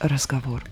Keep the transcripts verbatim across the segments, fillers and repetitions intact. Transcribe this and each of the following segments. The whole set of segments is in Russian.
разговор.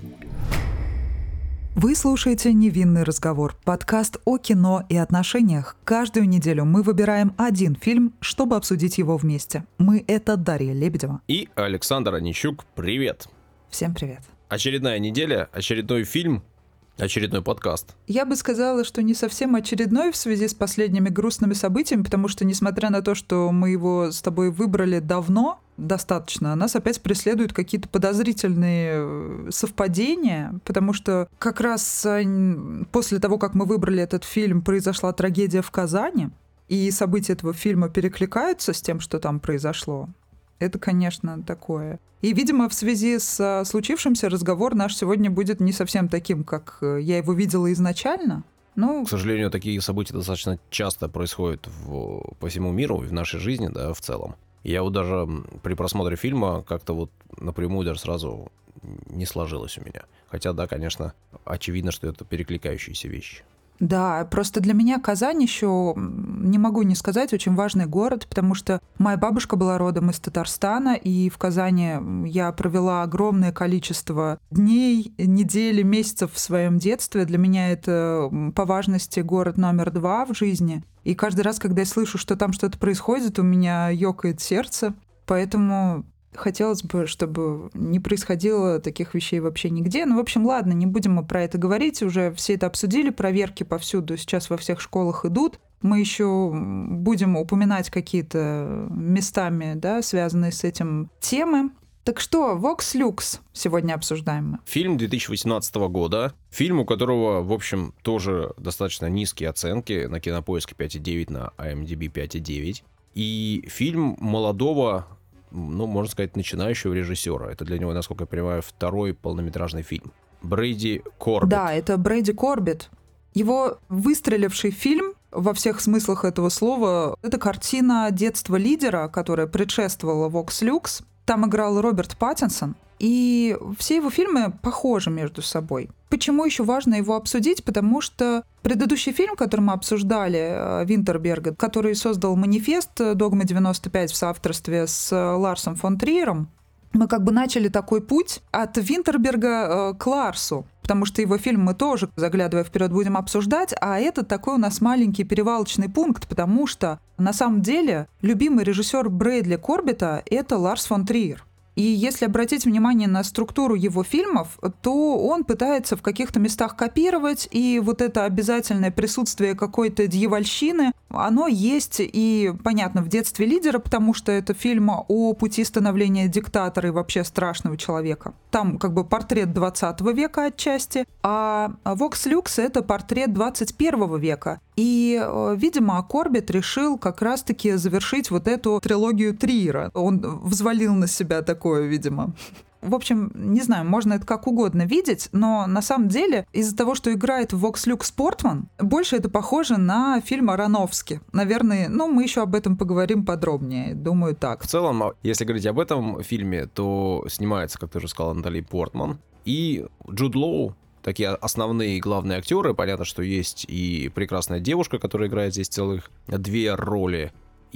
Вы слушаете «Невинный разговор» — подкаст о кино и отношениях. Каждую неделю мы выбираем один фильм, чтобы обсудить его вместе. Мы — это Дарья Лебедева. И Александр Онищук. Привет. Всем привет. Очередная неделя, очередной фильм, очередной подкаст. Я бы сказала, что не совсем очередной в связи с последними грустными событиями, потому что, несмотря на то, что мы его с тобой выбрали давно, достаточно, нас опять преследуют какие-то подозрительные совпадения, потому что как раз после того, как мы выбрали этот фильм, произошла трагедия в Казани, и события этого фильма перекликаются с тем, что там произошло. Это, конечно, такое. И, видимо, в связи с случившимся разговор наш сегодня будет не совсем таким, как я его видела изначально. Но... К сожалению, такие события достаточно часто происходят в, по всему миру и в нашей жизни, да, в целом. Я вот даже при просмотре фильма как-то вот напрямую даже сразу не сложилось у меня. Хотя, да, конечно, очевидно, что это перекликающиеся вещи. Да, просто для меня Казань еще, не могу не сказать, очень важный город, потому что моя бабушка была родом из Татарстана, и в Казани я провела огромное количество дней, недель, месяцев в своем детстве. Для меня это по важности город номер два в жизни. И каждый раз, когда я слышу, что там что-то происходит, у меня ёкает сердце. Поэтому хотелось бы, чтобы не происходило таких вещей вообще нигде. Ну, в общем, ладно, не будем мы про это говорить. Уже все это обсудили, проверки повсюду сейчас во всех школах идут. Мы еще будем упоминать какие-то местами, да, связанные с этим темы. Так что, Vox Lux сегодня обсуждаем мы. Фильм две тысячи восемнадцатого года. Фильм, у которого, в общем, тоже достаточно низкие оценки. На Кинопоиске пять и девять, на ай эм ди би пять и девять. И фильм молодого, ну, можно сказать, начинающего режиссера. Это для него, насколько я понимаю, второй полнометражный фильм. Брэди Корбетт. Да, это Брэди Корбетт. Его выстреливший фильм во всех смыслах этого слова — это картина детства лидера, которая предшествовала Vox Lux. Там играл Роберт Паттинсон, и все его фильмы похожи между собой. Почему еще важно его обсудить? Потому что предыдущий фильм, который мы обсуждали, Винтерберга, который создал «Манифест. Догма девяносто пять» в соавторстве с Ларсом фон Триером, мы как бы начали такой путь от Винтерберга к Ларсу, потому что его фильм мы тоже, заглядывая вперед, будем обсуждать, а это такой у нас маленький перевалочный пункт, потому что на самом деле любимый режиссер Брэдли Корбетта — это Ларс фон Триер. И если обратить внимание на структуру его фильмов, то он пытается в каких-то местах копировать, и вот это обязательное присутствие какой-то дьявольщины, оно есть и, понятно, в детстве лидера, потому что это фильм о пути становления диктатора и вообще страшного человека. Там как бы портрет двадцатого века отчасти, а Vox Lux — это портрет двадцать первого века. И, видимо, Корбетт решил как раз-таки завершить вот эту трилогию Триера. Он взвалил на себя такое, видимо. В общем, не знаю, можно это как угодно видеть, но на самом деле из-за того, что играет в Vox Lux Портман, больше это похоже на фильм Аронофски. Наверное, ну, мы еще об этом поговорим подробнее, думаю, так. В целом, если говорить об этом фильме, то снимается, как ты уже сказала, Натали Портман и Джуд Лоу. Такие основные и главные актеры. Понятно, что есть и прекрасная девушка, которая играет здесь целых две роли.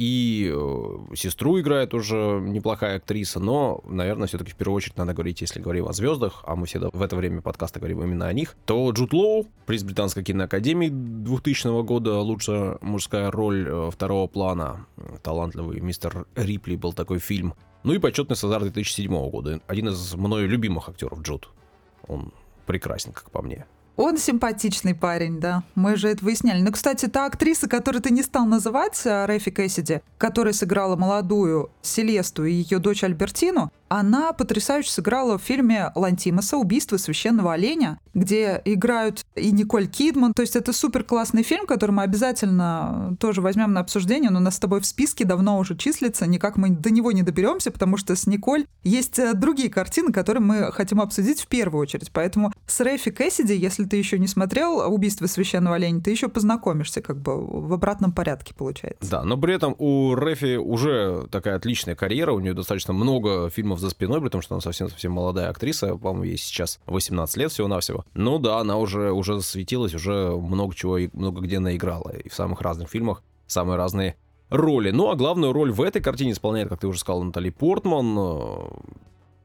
И э, сестру играет уже неплохая актриса. Но, наверное, все-таки в первую очередь надо говорить, если говорим о звездах, а мы всегда в это время подкаста говорим именно о них, то Джуд Лоу, приз Британской киноакадемии двухтысячного года, лучшая мужская роль э, второго плана. Талантливый мистер Рипли был такой фильм. Ну и почетный Цезарь две тысячи седьмого года. Один из мною любимых актеров Джуд. Он прекрасен, как по мне. Он симпатичный парень, да. Мы же это выясняли. Ну, кстати, та актриса, которую ты не стал называть, Рэфи Кэссиди, которая сыграла молодую Селесту и ее дочь Альбертину, она потрясающе сыграла в фильме Лантимоса «Убийство священного оленя», где играют и Николь Кидман. То есть это супер классный фильм, который мы обязательно тоже возьмем на обсуждение. Он у нас с тобой в списке давно уже числится. Никак мы до него не доберемся, потому что с Николь есть другие картины, которые мы хотим обсудить в первую очередь. Поэтому с Рэфи Кэссиди, если ты еще не смотрел «Убийство священного оленя», ты еще познакомишься как бы в обратном порядке, получается. Да, но при этом у Рэфи уже такая отличная карьера, у нее достаточно много фильмов за спиной, потому что она совсем-совсем молодая актриса, по-моему, ей сейчас восемнадцать лет всего-навсего. Ну да, она уже, уже засветилась, уже много чего и много где наиграла, и в самых разных фильмах самые разные роли. Ну а главную роль в этой картине исполняет, как ты уже сказал, Натали Портман.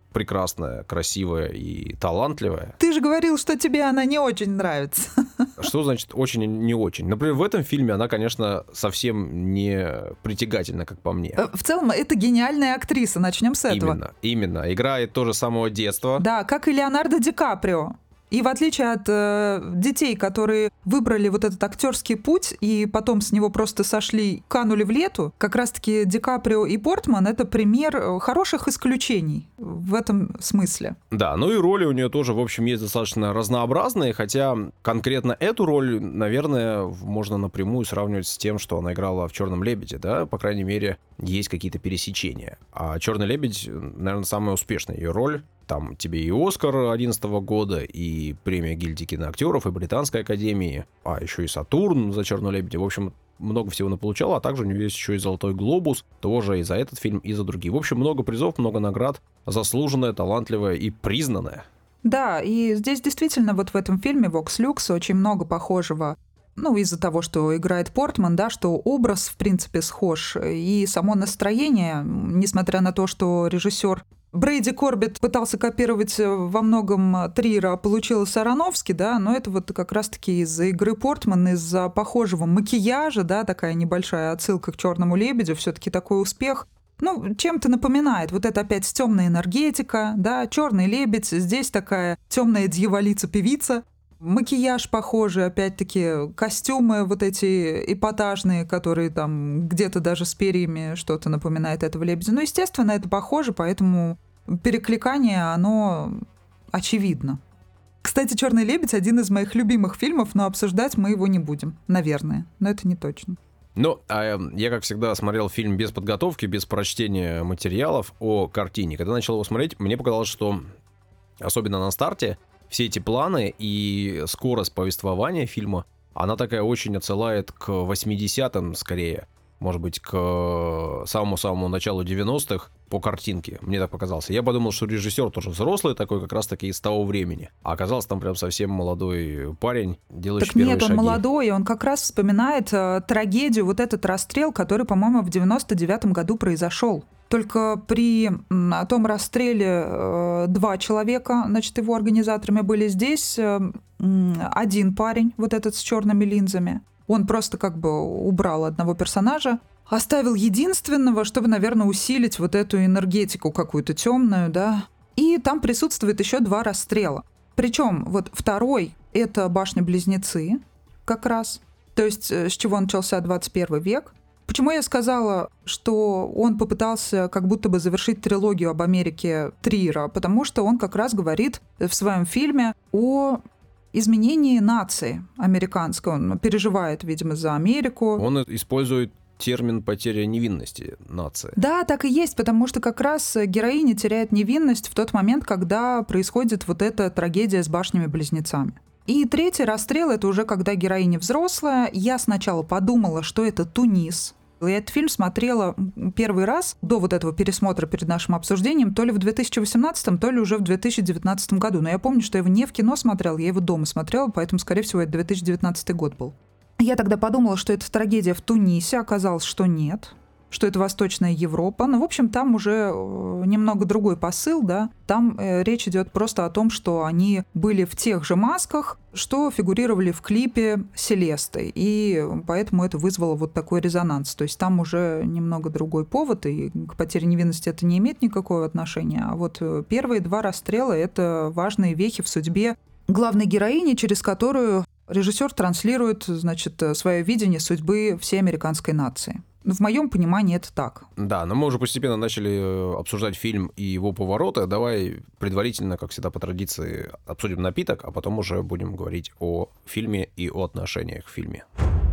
прекрасная, красивая и талантливая. Ты же говорил, что тебе она не очень нравится. Что значит очень и не очень? Например, в этом фильме она, конечно, совсем не притягательна, как по мне. В целом, это гениальная актриса, начнем с этого. Именно, именно. Играет тоже с самого детства. Да, как и Леонардо Ди Каприо. И в отличие от э, детей, которые выбрали вот этот актерский путь и потом с него просто сошли, канули в лету, как раз-таки Ди Каприо и Портман — это пример хороших исключений в этом смысле. Да, ну и роли у нее тоже, в общем, есть достаточно разнообразные, хотя конкретно эту роль, наверное, можно напрямую сравнивать с тем, что она играла в «Черном лебеде», да, по крайней мере, есть какие-то пересечения. А «Черный лебедь», наверное, самая успешная ее роль. Там тебе и «Оскар» две тысячи одиннадцатого года, и премия гильдии киноактеров, и Британской академии, а еще и «Сатурн» за «Черного лебедя». В общем, много всего она получала, а также у нее есть еще и «Золотой глобус», тоже и за этот фильм, и за другие. В общем, много призов, много наград, заслуженная, талантливая и признанная. Да, и здесь действительно вот в этом фильме «Вокс Люкс» очень много похожего. Ну, из-за того, что играет Портман, да, что образ, в принципе, схож, и само настроение, несмотря на то, что режиссер Брейди Корбетт пытался копировать во многом Триера, а получилось Аронофски, да, но это вот как раз-таки из-за игры Портмана, из-за похожего макияжа, да, такая небольшая отсылка к «Черному лебедю», все-таки такой успех. Ну, чем-то напоминает. Вот это опять темная энергетика, да, «Черный лебедь», здесь такая темная дьяволица-певица. Макияж похожий, опять-таки, костюмы вот эти эпатажные, которые там где-то даже с перьями что-то напоминает этого лебедя. Ну, естественно, это похоже, поэтому перекликание, оно очевидно. Кстати, «Черный лебедь» — один из моих любимых фильмов, но обсуждать мы его не будем, наверное. Но это не точно. Ну, а я, как всегда, смотрел фильм без подготовки, без прочтения материалов о картине. Когда начал его смотреть, мне показалось, что, особенно на старте, все эти планы и скорость повествования фильма, она такая очень отсылает к восьмидесятым скорее, может быть, к самому-самому началу девяностых по картинке, мне так показалось. Я подумал, что режиссер тоже взрослый такой, как раз-таки из того времени. А оказался там прям совсем молодой парень, делающий так первые нет, он шаги. молодой, он как раз вспоминает э, трагедию, вот этот расстрел, который, по-моему, в девяносто девятом году произошел. Только при м, том расстреле э, два человека, значит, его организаторами были здесь. Э, м, один парень, вот этот с черными линзами, он просто как бы убрал одного персонажа, оставил единственного, чтобы, наверное, усилить вот эту энергетику какую-то темную, да. И там присутствует еще два расстрела. Причем вот второй — это башни-близнецы как раз. То есть с чего начался двадцать первый век. Почему я сказала, что он попытался как будто бы завершить трилогию об Америке Триера? Потому что он как раз говорит в своем фильме о изменении нации американской. Он переживает, видимо, за Америку. Он использует термин «потеря невинности нации». Да, так и есть, потому что как раз героиня теряет невинность в тот момент, когда происходит вот эта трагедия с башнями-близнецами. И третий расстрел — это уже когда героиня взрослая. Я сначала подумала, что это Тунис. Я этот фильм смотрела первый раз до вот этого пересмотра перед нашим обсуждением то ли в две тысячи восемнадцатом, то ли уже в две тысячи девятнадцатом году. Но я помню, что я его не в кино смотрела, я его дома смотрела, поэтому, скорее всего, это две тысячи девятнадцатый год был. Я тогда подумала, что это трагедия в Тунисе, оказалось, что нет, что это Восточная Европа. Ну, в общем, там уже немного другой посыл, да. Там э, речь идет просто о том, что они были в тех же масках, что фигурировали в клипе Селесты, и поэтому это вызвало вот такой резонанс. То есть там уже немного другой повод, и к потере невинности это не имеет никакого отношения. А вот первые два расстрела — это важные вехи в судьбе главной героини, через которую режиссер транслирует, значит, свое видение судьбы всей американской нации. В моем понимании это так. Да, но мы уже постепенно начали обсуждать фильм и его повороты. Давай предварительно, как всегда по традиции, обсудим напиток, а потом уже будем говорить о фильме и о отношениях в фильме.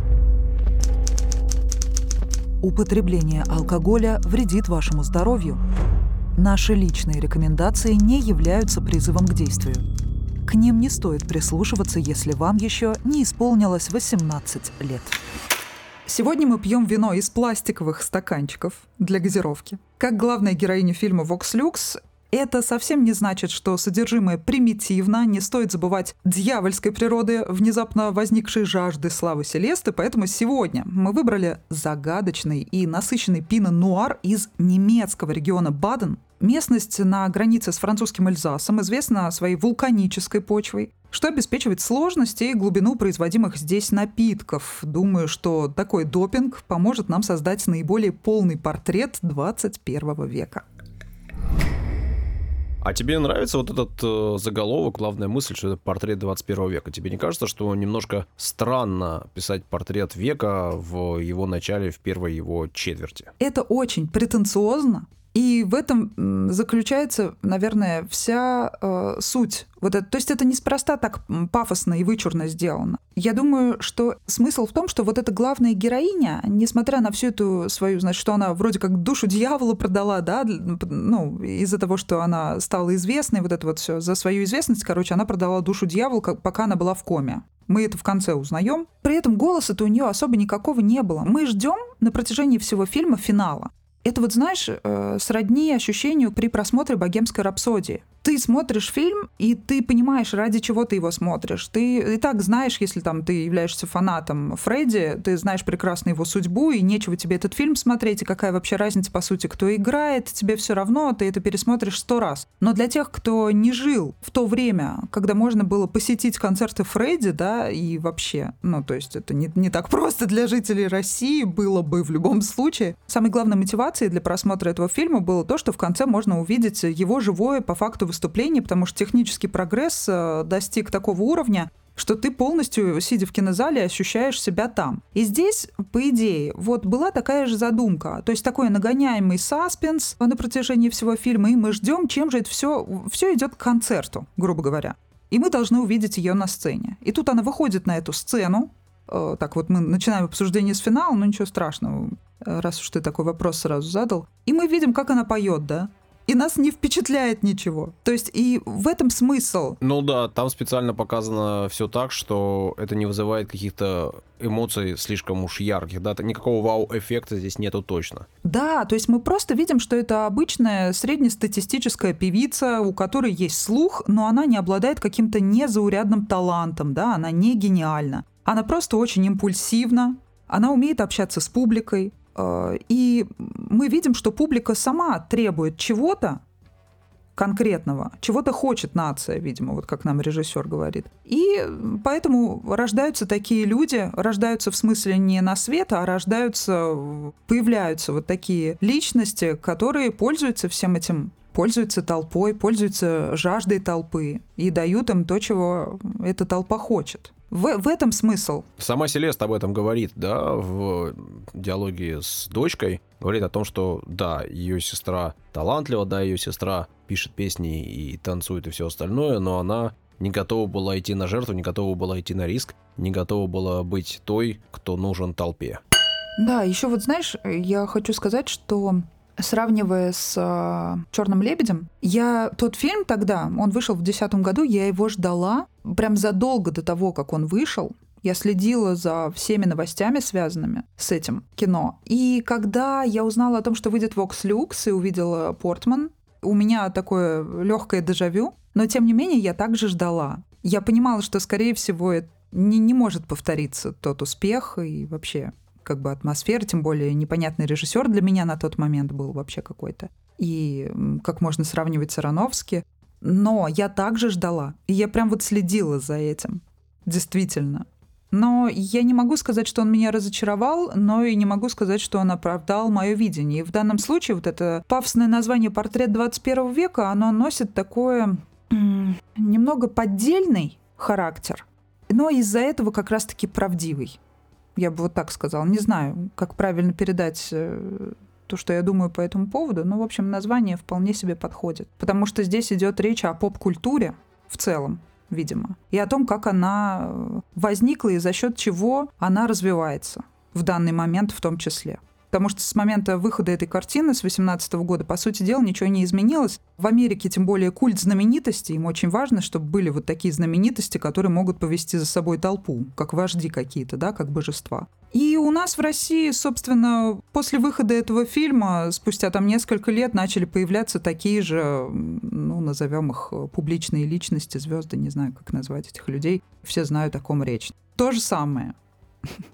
Употребление алкоголя вредит вашему здоровью. Наши личные рекомендации не являются призывом к действию. К ним не стоит прислушиваться, если вам еще не исполнилось восемнадцать лет. Сегодня мы пьем вино из пластиковых стаканчиков для газировки. Как главная героиня фильма «Вокс Люкс», это совсем не значит, что содержимое примитивно, не стоит забывать дьявольской природы внезапно возникшей жажды славы Селесты, поэтому сегодня мы выбрали загадочный и насыщенный пино-нуар из немецкого региона Баден. Местность на границе с французским Эльзасом известна своей вулканической почвой, что обеспечивает сложность и глубину производимых здесь напитков. Думаю, что такой допинг поможет нам создать наиболее полный портрет двадцать первого века. А тебе нравится вот этот э, заголовок, главная мысль, что это портрет двадцать первого века? Тебе не кажется, что немножко странно писать портрет века в его начале, в первой его четверти? Это очень претенциозно. И в этом заключается, наверное, вся э, суть. Вот это, то есть это неспроста так пафосно и вычурно сделано. Я думаю, что смысл в том, что вот эта главная героиня, несмотря на всю эту свою, значит, что она вроде как душу дьяволу продала, да, ну, из-за того, что она стала известной, вот это вот все, за свою известность, короче, она продала душу дьяволу, пока она была в коме. Мы это в конце узнаем. При этом голоса-то у нее особо никакого не было. Мы ждем на протяжении всего фильма финала. Это вот, знаешь, сродни ощущению при просмотре «Богемской рапсодии». Ты смотришь фильм, и ты понимаешь, ради чего ты его смотришь. Ты и так знаешь, если там ты являешься фанатом Фредди, ты знаешь прекрасно его судьбу, и нечего тебе этот фильм смотреть, и какая вообще разница, по сути, кто играет, тебе все равно, ты это пересмотришь сто раз. Но для тех, кто не жил в то время, когда можно было посетить концерты Фредди, да, и вообще, ну, то есть это не, не так просто для жителей России было бы в любом случае. Самой главной мотивацией для просмотра этого фильма было то, что в конце можно увидеть его живое, по факту, выступление, потому что технический прогресс достиг такого уровня, что ты полностью, сидя в кинозале, ощущаешь себя там. И здесь, по идее, вот была такая же задумка, то есть такой нагоняемый саспенс на протяжении всего фильма, и мы ждем, чем же это все, все идет к концерту, грубо говоря. И мы должны увидеть ее на сцене. И тут она выходит на эту сцену. Так вот мы начинаем обсуждение с финала, но ничего страшного, раз уж ты такой вопрос сразу задал. И мы видим, как она поет, да? И нас не впечатляет ничего. То есть и в этом смысл. Ну да, там специально показано все так, что это не вызывает каких-то эмоций слишком уж ярких, да, никакого вау-эффекта здесь нету точно. Да, то есть мы просто видим, что это обычная среднестатистическая певица, у которой есть слух, но она не обладает каким-то незаурядным талантом, да, она не гениальна. Она просто очень импульсивна, она умеет общаться с публикой. И мы видим, что публика сама требует чего-то конкретного, чего-то хочет нация, видимо, вот как нам режиссер говорит. И поэтому рождаются такие люди, рождаются в смысле не на свет, а рождаются, появляются вот такие личности, которые пользуются всем этим, пользуются толпой, пользуются жаждой толпы и дают им то, чего эта толпа хочет. В, в этом смысл. Сама Селеста об этом говорит, да, в диалоге с дочкой. Говорит о том, что, да, ее сестра талантлива, да, ее сестра пишет песни и танцует и все остальное, но она не готова была идти на жертву, не готова была идти на риск, не готова была быть той, кто нужен толпе. Да, еще вот знаешь, я хочу сказать, что сравнивая с э, «Черным лебедем», я тот фильм тогда, он вышел в две тысячи десятом году, я его ждала прям задолго до того, как он вышел. Я следила за всеми новостями, связанными с этим кино. И когда я узнала о том, что выйдет Vox Lux, и увидела Портман, у меня такое легкое дежавю, но тем не менее я также ждала. Я понимала, что, скорее всего, это не, не может повториться тот успех и вообще как бы атмосфера, тем более непонятный режиссер для меня на тот момент был вообще какой-то. И как можно сравнивать с Аронофски. Но я также ждала. И я прям вот следила за этим. Действительно. Но я не могу сказать, что он меня разочаровал, но и не могу сказать, что он оправдал мое видение. И в данном случае вот это пафосное название «Портрет двадцать первого века», оно носит такое м- немного поддельный характер, но из-за этого как раз-таки правдивый. Я бы вот так сказала. Не знаю, как правильно передать то, что я думаю по этому поводу, но, в общем, название вполне себе подходит. Потому что здесь идет речь о поп-культуре в целом, видимо, и о том, как она возникла и за счет чего она развивается в данный момент в том числе. Потому что с момента выхода этой картины с восемнадцатого года, по сути дела, ничего не изменилось. В Америке, тем более, культ знаменитостей. Им очень важно, чтобы были вот такие знаменитости, которые могут повести за собой толпу, как вожди какие-то, да, как божества. И у нас в России, собственно, после выхода этого фильма, спустя там несколько лет, начали появляться такие же, ну, назовем их публичные личности, звезды, не знаю, как назвать этих людей. Все знают, о ком речь. То же самое.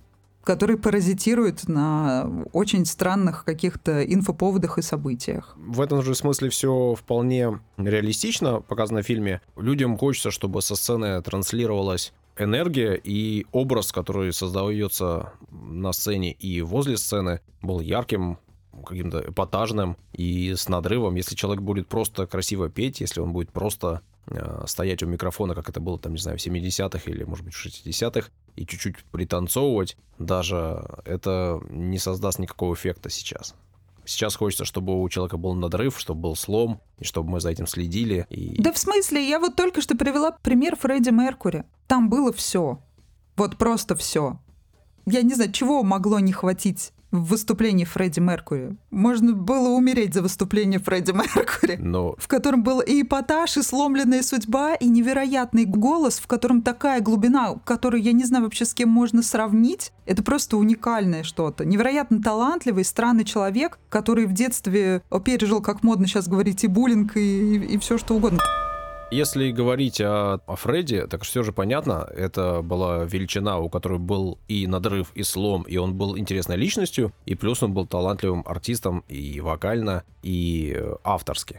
который паразитирует на очень странных каких-то инфоповодах и событиях. В этом же смысле все вполне реалистично показано в фильме. Людям хочется, чтобы со сцены транслировалась энергия, и образ, который создается на сцене и возле сцены, был ярким, каким-то эпатажным и с надрывом. Если человек будет просто красиво петь, если он будет просто э, стоять у микрофона, как это было, там, не знаю, в семидесятых или, может быть, в шестидесятых, и чуть-чуть пританцовывать, даже это не создаст никакого эффекта сейчас. Сейчас хочется, чтобы у человека был надрыв, чтобы был слом, и чтобы мы за этим следили. И... Да в смысле, я вот только что привела пример Фредди Меркьюри. Там было все. Вот просто все. Я не знаю, чего могло не хватить в выступлении Фредди Меркьюри. Можно было умереть за выступление Фредди Меркьюри, Но... в котором был и эпатаж, и сломленная судьба, и невероятный голос, в котором такая глубина, которую я не знаю вообще с кем можно сравнить. Это просто уникальное что-то. Невероятно талантливый, странный человек, который в детстве пережил, как модно сейчас говорить, и буллинг, и, и, и все что угодно. Если говорить о, о Фредди, так все же понятно, это была величина, у которой был и надрыв, и слом, и он был интересной личностью, и плюс он был талантливым артистом и вокально, и авторски.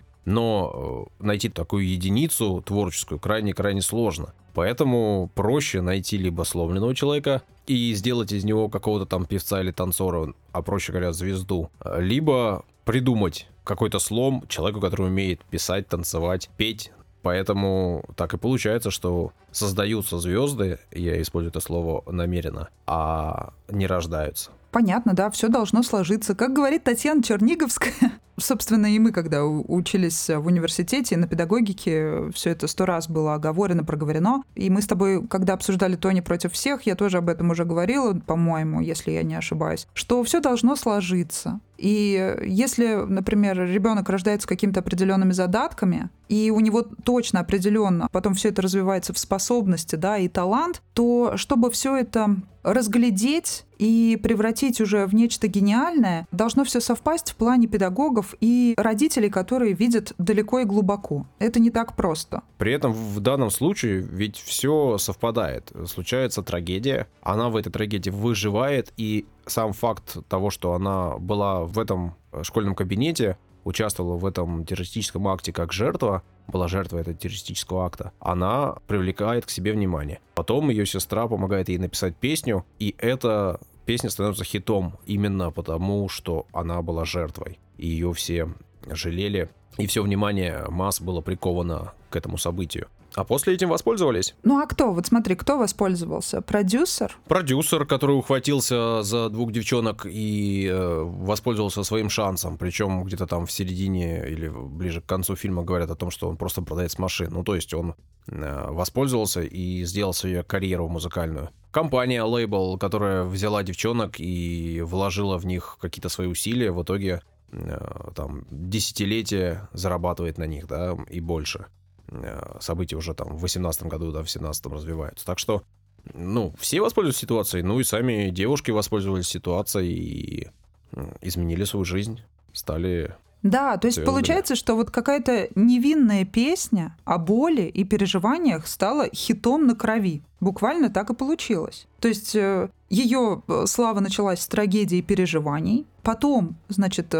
Но найти такую единицу творческую крайне-крайне сложно. Поэтому проще найти либо сломленного человека и сделать из него какого-то там певца или танцора, а проще говоря, звезду, либо придумать какой-то слом человеку, который умеет писать, танцевать, петь. Поэтому так и получается, что создаются звезды, я использую это слово намеренно, а не рождаются. Понятно, да, все должно сложиться. Как говорит Татьяна Черниговская, собственно, и мы, когда учились в университете на педагогике, все это сто раз было оговорено, проговорено. И мы с тобой, когда обсуждали Тони против всех, я тоже об этом уже говорила, по-моему, если я не ошибаюсь, что все должно сложиться. И если, например, ребенок рождается с какими-то определенными задатками, и у него точно определенно потом все это развивается в способности, да, и талант, то чтобы все это разглядеть и превратить уже в нечто гениальное, должно все совпасть в плане педагогов и родителей, которые видят далеко и глубоко. Это не так просто. При этом в данном случае ведь все совпадает. Случается трагедия, она в этой трагедии выживает, и сам факт того, что она была в этом школьном кабинете, участвовала в этом террористическом акте как жертва, была жертвой этого террористического акта, она привлекает к себе внимание. Потом ее сестра помогает ей написать песню, и эта песня становится хитом именно потому, что она была жертвой. И ее все жалели, и все внимание масс было приковано к этому событию. А после этим воспользовались. Ну а кто? Вот смотри, кто воспользовался? Продюсер? Продюсер, который ухватился за двух девчонок и э, воспользовался своим шансом. Причем где-то там в середине или ближе к концу фильма говорят о том, что он просто продавец машин. Ну то есть он э, воспользовался и сделал свою карьеру музыкальную. Компания, лейбл, которая взяла девчонок и вложила в них какие-то свои усилия, в итоге э, там десятилетия зарабатывает на них, да, и больше. События уже там в восемнадцатом году, да, в семнадцатом развиваются. Так что, ну, все воспользовались ситуацией, ну и сами девушки воспользовались ситуацией и изменили свою жизнь, стали... Да, то есть звездами. Получается, что вот какая-то невинная песня о боли и переживаниях стала хитом на крови. Буквально так и получилось. То есть ее слава началась с трагедии переживаний, потом, значит,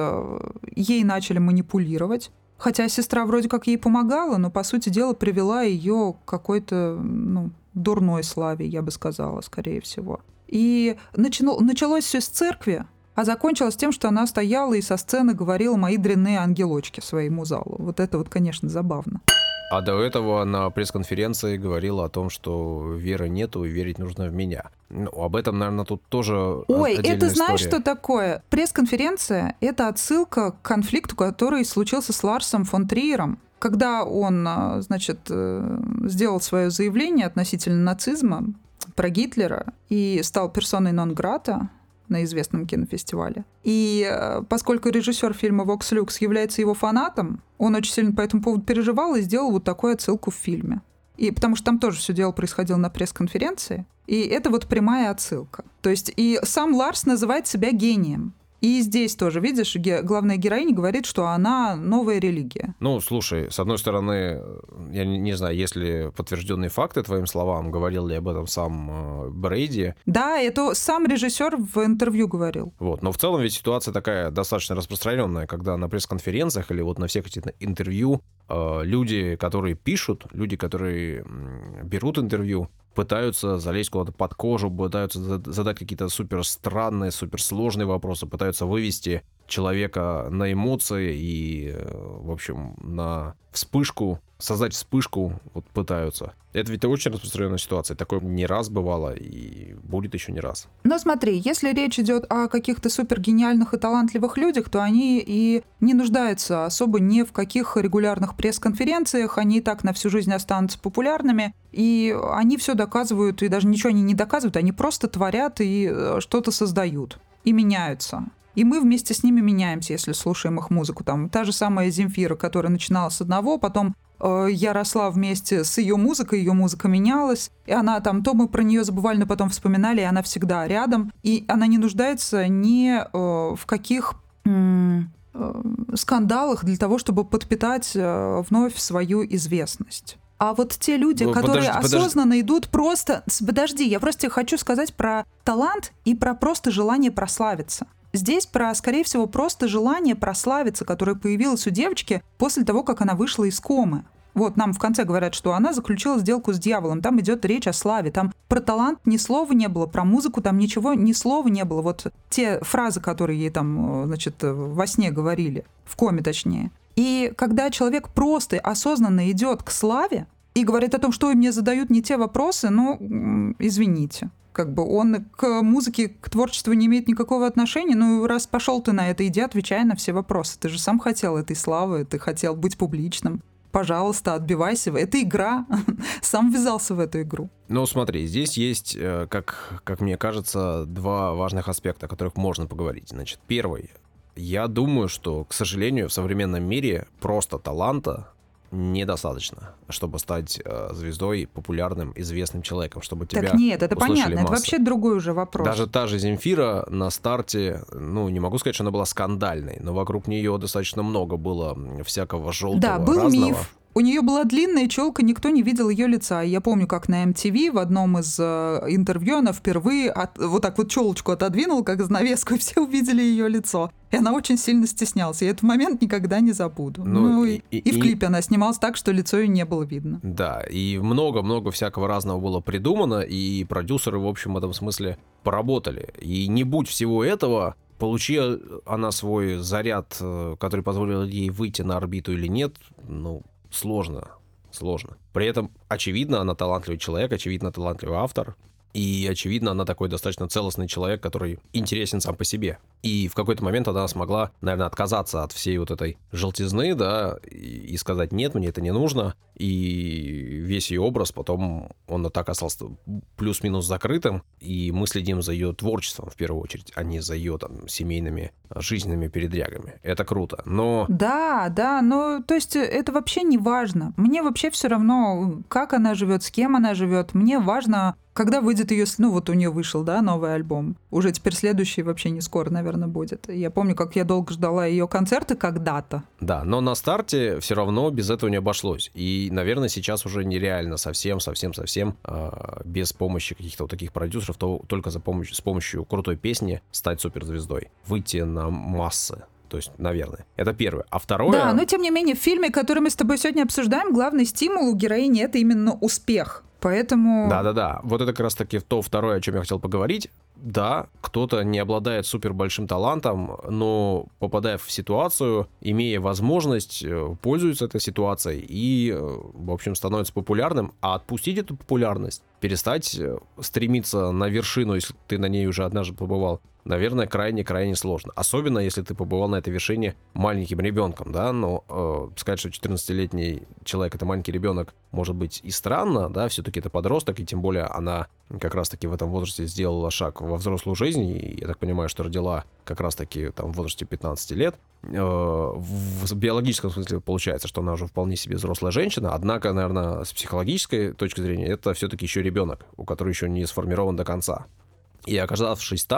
ей начали манипулировать. Хотя сестра вроде как ей помогала, но, по сути дела, привела ее к какой-то, ну, дурной славе, я бы сказала, скорее всего. И начало, началось все с церкви, а закончилось тем, что она стояла и со сцены говорила «мои дрянные ангелочки» своему залу. Вот это вот, конечно, забавно. А до этого на пресс-конференции говорила о том, что веры нету и верить нужно в меня. Ну, об этом, наверное, тут тоже Ой, это знаешь, история. Что такое? Пресс-конференция — это отсылка к конфликту, который случился с Ларсом фон Триером, когда он, значит, сделал свое заявление относительно нацизма про Гитлера и стал персоной нон-грата на известном кинофестивале. И поскольку режиссер фильма «Вокс Люкс» является его фанатом, он очень сильно по этому поводу переживал и сделал вот такую отсылку в фильме. И потому что там тоже все дело происходило на пресс-конференции. И это вот прямая отсылка. То есть и сам Ларс называет себя гением. И здесь тоже, видишь, ге- главная героиня говорит, что она новая религия. Ну, слушай, с одной стороны, я не, не знаю, есть ли подтвержденные факты твоим словам, говорил ли об этом сам э, Брейди. Да, это сам режиссер в интервью говорил. Вот. Но в целом ведь ситуация такая достаточно распространенная, когда на пресс-конференциях или вот на всех этих интервью э, люди, которые пишут, люди, которые м, берут интервью, пытаются залезть куда-то под кожу, пытаются задать какие-то супер странные, супер сложные вопросы, пытаются вывести человека на эмоции и, в общем, на вспышку, создать вспышку, вот пытаются. Это ведь очень распространенная ситуация. Такое не раз бывало и будет еще не раз. Но смотри, если речь идет о каких-то супергениальных и талантливых людях, то они и не нуждаются особо ни в каких регулярных пресс-конференциях, они и так на всю жизнь останутся популярными, и они все доказывают, и даже ничего они не доказывают, они просто творят и что-то создают, и меняются. И мы вместе с ними меняемся, если слушаем их музыку. Там та же самая Земфира, которая начинала с одного, потом э, я росла вместе с ее музыкой, ее музыка менялась, и она там, то мы про нее забывали, но потом вспоминали, и она всегда рядом, и она не нуждается ни э, в каких э, э, скандалах для того, чтобы подпитать э, вновь свою известность. А вот те люди, Ну, которые подожди, осознанно идут просто... С- Подожди, я просто тебе хочу сказать про талант и про просто желание прославиться. Здесь про, скорее всего, просто желание прославиться, которое появилось у девочки после того, как она вышла из комы. Вот нам в конце говорят, что она заключила сделку с дьяволом. Там идет речь о славе. Там про талант ни слова не было, про музыку там ничего, ни слова не было. Вот те фразы, которые ей там, значит, во сне говорили, в коме точнее. И когда человек просто осознанно идет к славе и говорит о том, что мне задают не те вопросы, ну, м, извините. Как бы он к музыке, к творчеству не имеет никакого отношения. Ну, раз пошел ты на это, иди отвечай на все вопросы. Ты же сам хотел этой славы, ты хотел быть публичным. Пожалуйста, отбивайся. Это игра. Сам ввязался в эту игру. Ну, смотри, здесь есть, э, как, как мне кажется, два важных аспекта, о которых можно поговорить. Значит, первый. Я думаю, что, к сожалению, в современном мире просто таланта недостаточно, чтобы стать э, звездой, популярным, известным человеком, чтобы тебя Так нет, это услышали понятно. Это массы. вообще другой уже вопрос. Даже та же Земфира на старте, ну, не могу сказать, что она была скандальной, но вокруг нее достаточно много было всякого желтого, Да, был разного. миф. У нее была длинная челка, никто не видел ее лица. И я помню, как на эм ти ви в одном из э, интервью она впервые от, вот так вот челочку отодвинула, как занавеску, и все увидели ее лицо. И она очень сильно стеснялась. Я этот момент никогда не забуду. Ну, Ну, и- и, и- и в и- клипе она снималась так, что лицо ее не было видно. Да, и много-много всякого разного было придумано, и продюсеры, в общем, в этом смысле поработали. И не будь всего этого, получи она свой заряд, э, который позволил ей выйти на орбиту или нет, ну, сложно, сложно. При этом, очевидно, она талантливый человек, очевидно, талантливый автор, и, очевидно, она такой достаточно целостный человек, который интересен сам по себе. И в какой-то момент она смогла, наверное, отказаться от всей вот этой желтизны, да, и, и сказать, нет, мне это не нужно. И весь ее образ потом, он так остался плюс-минус закрытым, и мы следим за ее творчеством, в первую очередь, а не за ее там семейными, жизненными передрягами. Это круто, но... Да, да, но то есть это вообще не важно. Мне вообще все равно, как она живет, с кем она живет. Мне важно, когда выйдет ее, ну вот у нее вышел, да, новый альбом. Уже теперь следующий вообще не скоро, наверное, будет. Я помню, как я долго ждала ее концерты когда-то. Да, но на старте все равно без этого не обошлось. И, наверное, сейчас уже нереально совсем, совсем, совсем э, без помощи каких-то вот таких продюсеров, то только за помощью, с помощью крутой песни стать суперзвездой, выйти на массы. То есть, наверное. Это первое. А второе... Да, но тем не менее в фильме, который мы с тобой сегодня обсуждаем, главный стимул у героини — это именно успех. Поэтому... Да-да-да. Вот это как раз-таки то второе, о чем я хотел поговорить. Да, кто-то не обладает супер большим талантом, но попадая в ситуацию, имея возможность, пользуется этой ситуацией и, в общем, становится популярным. А отпустить эту популярность, перестать стремиться на вершину, если ты на ней уже однажды побывал, наверное, крайне-крайне сложно. Особенно, если ты побывал на этой вершине маленьким ребенком, да, но э, сказать, что четырнадцатилетний человек — это маленький ребенок, может быть и странно, да, все-таки это подросток, и тем более она как раз-таки в этом возрасте сделала шаг во взрослую жизнь, и я так понимаю, что родила как раз-таки там в возрасте пятнадцати лет. Э, в, в биологическом смысле получается, что она уже вполне себе взрослая женщина, однако, наверное, с психологической точки зрения, это все-таки еще ребенок, у которого еще не сформирован до конца. И оказавшись там,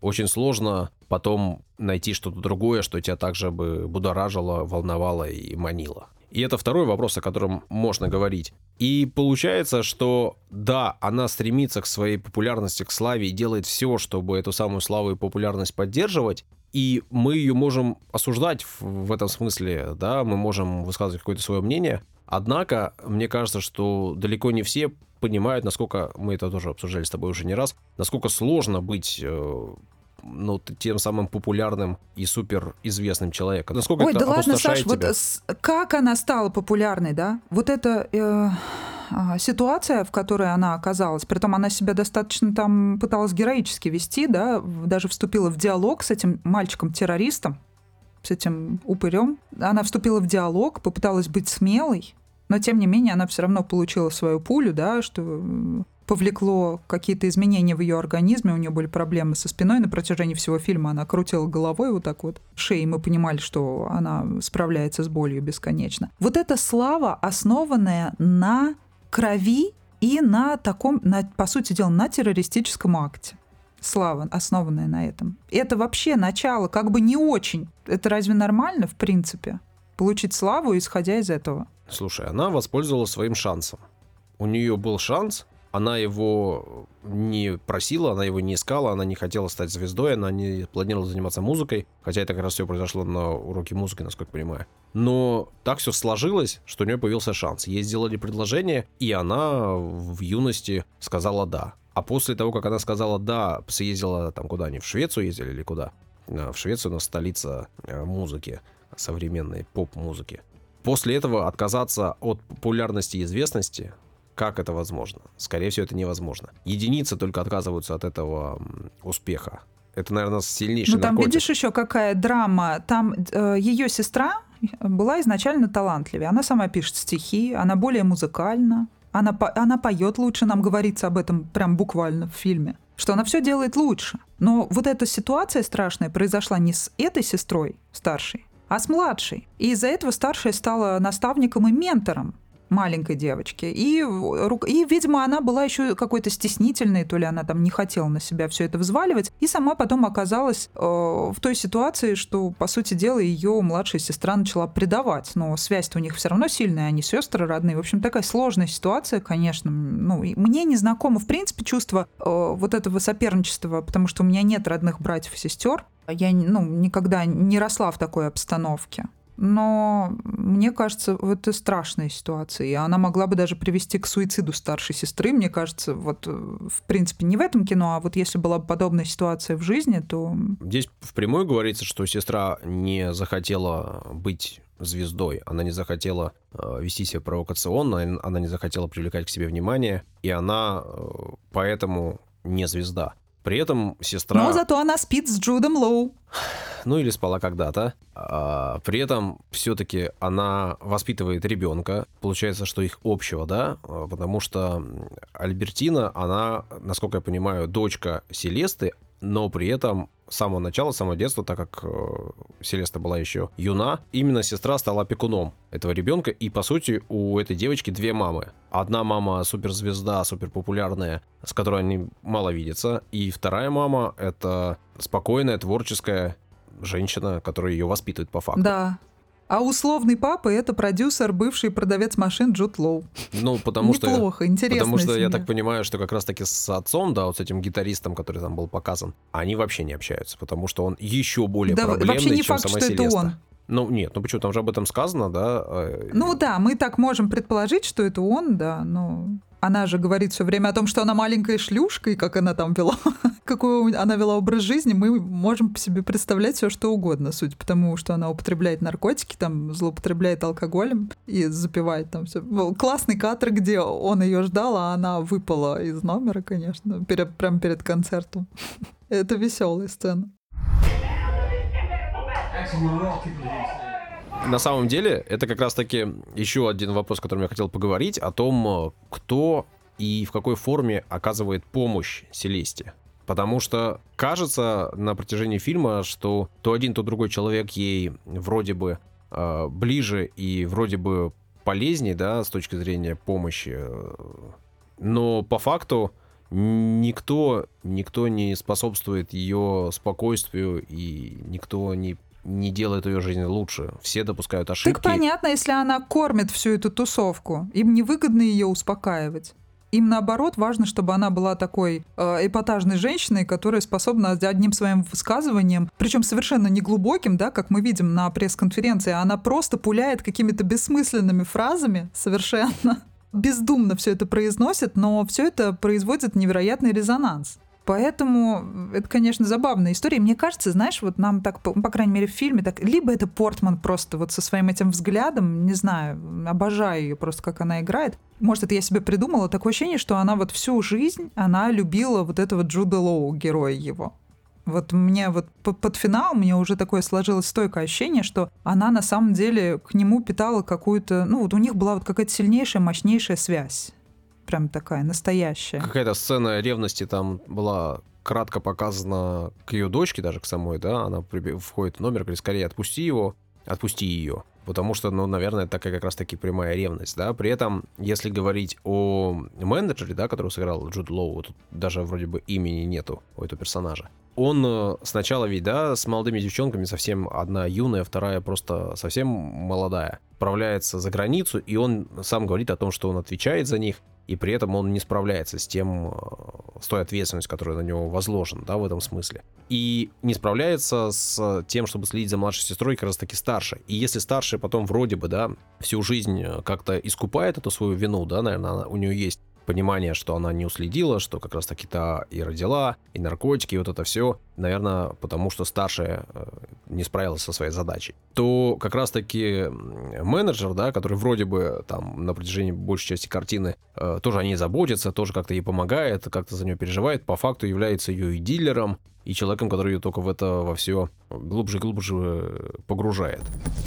очень сложно потом найти что-то другое, что тебя также бы будоражило, волновало и манило. И это второй вопрос, о котором можно говорить. И получается, что да, она стремится к своей популярности, к славе и делает все, чтобы эту самую славу и популярность поддерживать. И мы ее можем осуждать в, в этом смысле, да, мы можем высказывать какое-то свое мнение. Однако, мне кажется, что далеко не все понимают, насколько, мы это тоже обсуждали с тобой уже не раз, насколько сложно быть... Э, ну, тем самым популярным и суперизвестным человеком. Насколько Ой, это да ладно, опустошает Саш, вот тебя? с- как она стала популярной, да? Вот эта э, а, ситуация, в которой она оказалась, притом она себя достаточно там пыталась героически вести, да, в- даже вступила в диалог с этим мальчиком-террористом, с этим упырем. Она вступила в диалог, попыталась быть смелой, но тем не менее она все равно получила свою пулю, да, что м, повлекло какие-то изменения в ее организме, у нее были проблемы со спиной на протяжении всего фильма, она крутила головой вот так вот шеей, мы понимали, что она справляется с болью бесконечно. Вот эта слава, основанная на крови и на таком, на, по сути дела, на террористическом акте. Слава, основанная на этом. Это вообще начало как бы не очень. Это разве нормально, в принципе? Получить славу, исходя из этого? Слушай, она воспользовалась своим шансом. У нее был шанс, она его не просила, она его не искала, она не хотела стать звездой, она не планировала заниматься музыкой, хотя это как раз все произошло на уроке музыки, насколько я понимаю. Но так все сложилось, что у нее появился шанс. Ей сделали предложение, и она в юности сказала «да». А после того, как она сказала «да», съездила там куда они, в Швецию ездили или куда? В Швецию, у нас столица музыки, современной поп-музыки. После этого отказаться от популярности и известности, как это возможно? Скорее всего, это невозможно. Единицы только отказываются от этого успеха. Это, наверное, сильнейший Ну, там наркотик. видишь еще какая драма. Там э, ее сестра была изначально талантливее. Она сама пишет стихи, она более музыкальна. Она, по- она поет лучше, нам говорится об этом прям буквально в фильме. Что она все делает лучше. Но вот эта ситуация страшная произошла не с этой сестрой старшей, а с младшей. И из-за этого старшая стала наставником и ментором маленькой девочки. И, и, видимо, она была еще какой-то стеснительной, то ли она там не хотела на себя все это взваливать, и сама потом оказалась э, в той ситуации, что, по сути дела, ее младшая сестра начала предавать. Но связь-то у них все равно сильная, они сестры родные. В общем, такая сложная ситуация, конечно. Ну, и мне не знакомо, в принципе, чувство э, вот этого соперничества, потому что у меня нет родных братьев и сестер. Я ну, никогда не росла в такой обстановке. Но мне кажется, это страшная ситуация, и она могла бы даже привести к суициду старшей сестры. Мне кажется, вот в принципе не в этом кино, а вот если была бы подобная ситуация в жизни, то... Здесь впрямую говорится, что сестра не захотела быть звездой, она не захотела э, вести себя провокационно, она не захотела привлекать к себе внимание, и она э, поэтому не звезда. При этом сестра... Но зато она спит с Джудом Лоу. Ну или спала когда-то. А, при этом все-таки она воспитывает ребенка. Получается, что их общего, да? Потому что Альбертина, она, насколько я понимаю, дочка Селесты, но при этом с самого начала, с самого детства, так как э, Селеста была еще юна, именно сестра стала опекуном этого ребенка. И, по сути, у этой девочки две мамы. Одна мама суперзвезда, суперпопулярная, с которой они мало видятся. И вторая мама — это спокойная, творческая женщина, которая ее воспитывает по факту. Да. А условный папа — это продюсер, бывший продавец машин Джуд Лоу. Ну, потому что... Неплохо, интересно. Потому что семья. я так понимаю, что как раз-таки с отцом, да, вот с этим гитаристом, который там был показан, они вообще не общаются, потому что он еще более Да, проблемный, вообще не чем факт, сама что это Селеста. он. Ну, нет, ну почему, там же об этом сказано, да? э, Ну да, мы так можем предположить, что это он, да, но она же говорит все время о том, что она маленькая шлюшка, и как она там вела, какой она вела образ жизни, мы можем себе представлять все что угодно, судя по тому, что она употребляет наркотики, там, злоупотребляет алкоголем и запивает там все. Классный кадр, где он ее ждал, а она выпала из номера, конечно, перед, прямо перед концертом. Это веселая сцена. На самом деле, это как раз-таки еще один вопрос, о котором я хотел поговорить, о том, кто и в какой форме оказывает помощь Селесте. Потому что кажется на протяжении фильма, что то один, то другой человек ей вроде бы э, ближе и вроде бы полезнее, да, с точки зрения помощи. Но по факту никто, никто не способствует ее спокойствию, и никто не, не делает ее жизнь лучше. Все допускают ошибки. Так понятно, если она кормит всю эту тусовку. Им невыгодно ее успокаивать. Им, наоборот, важно, чтобы она была такой э, эпатажной женщиной, которая способна одним своим высказыванием, причем совершенно неглубоким, да, как мы видим на пресс-конференции, она просто пуляет какими-то бессмысленными фразами, совершенно бездумно все это произносит, но все это производит невероятный резонанс. Поэтому это, конечно, забавная история. Мне кажется, знаешь, вот нам так, по, по крайней мере, в фильме, так, либо это Портман просто вот со своим этим взглядом, не знаю, обожаю ее просто, как она играет. Может, это я себе придумала, такое ощущение, что она вот всю жизнь, она любила вот этого Джуда Лоу, героя его. Вот мне вот под финал мне уже такое сложилось стойкое ощущение, что она на самом деле к нему питала какую-то, ну вот у них была вот какая-то сильнейшая, мощнейшая связь. Прям такая настоящая. Какая-то сцена ревности там была кратко показана к ее дочке, даже к самой, да, она входит в номер, говорит, скорее отпусти его, отпусти ее. Потому что, ну, наверное, такая как раз-таки прямая ревность, да. При этом, если говорить о менеджере, да, которого сыграл Джуд Лоу, тут даже вроде бы имени нету у этого персонажа. Он сначала ведь, да, с молодыми девчонками, совсем одна юная, вторая просто совсем молодая, отправляется за границу, и он сам говорит о том, что он отвечает за них, и при этом он не справляется с тем, с той ответственностью, которая на него возложена, да, в этом смысле. И не справляется с тем, чтобы следить за младшей сестрой, как раз таки старшей. И если старшая потом вроде бы, да, всю жизнь как-то искупает эту свою вину, да, наверное, она, у нее есть понимание, что она не уследила, что как раз таки та и родила, и наркотики, и вот это все, наверное, потому что старшая не справилась со своей задачей, то как раз таки менеджер, да, который вроде бы там на протяжении большей части картины э, тоже о ней заботится, тоже как-то ей помогает, как-то за нее переживает, по факту является ее и дилером, и человеком, который ее только в это во все глубже и глубже погружает.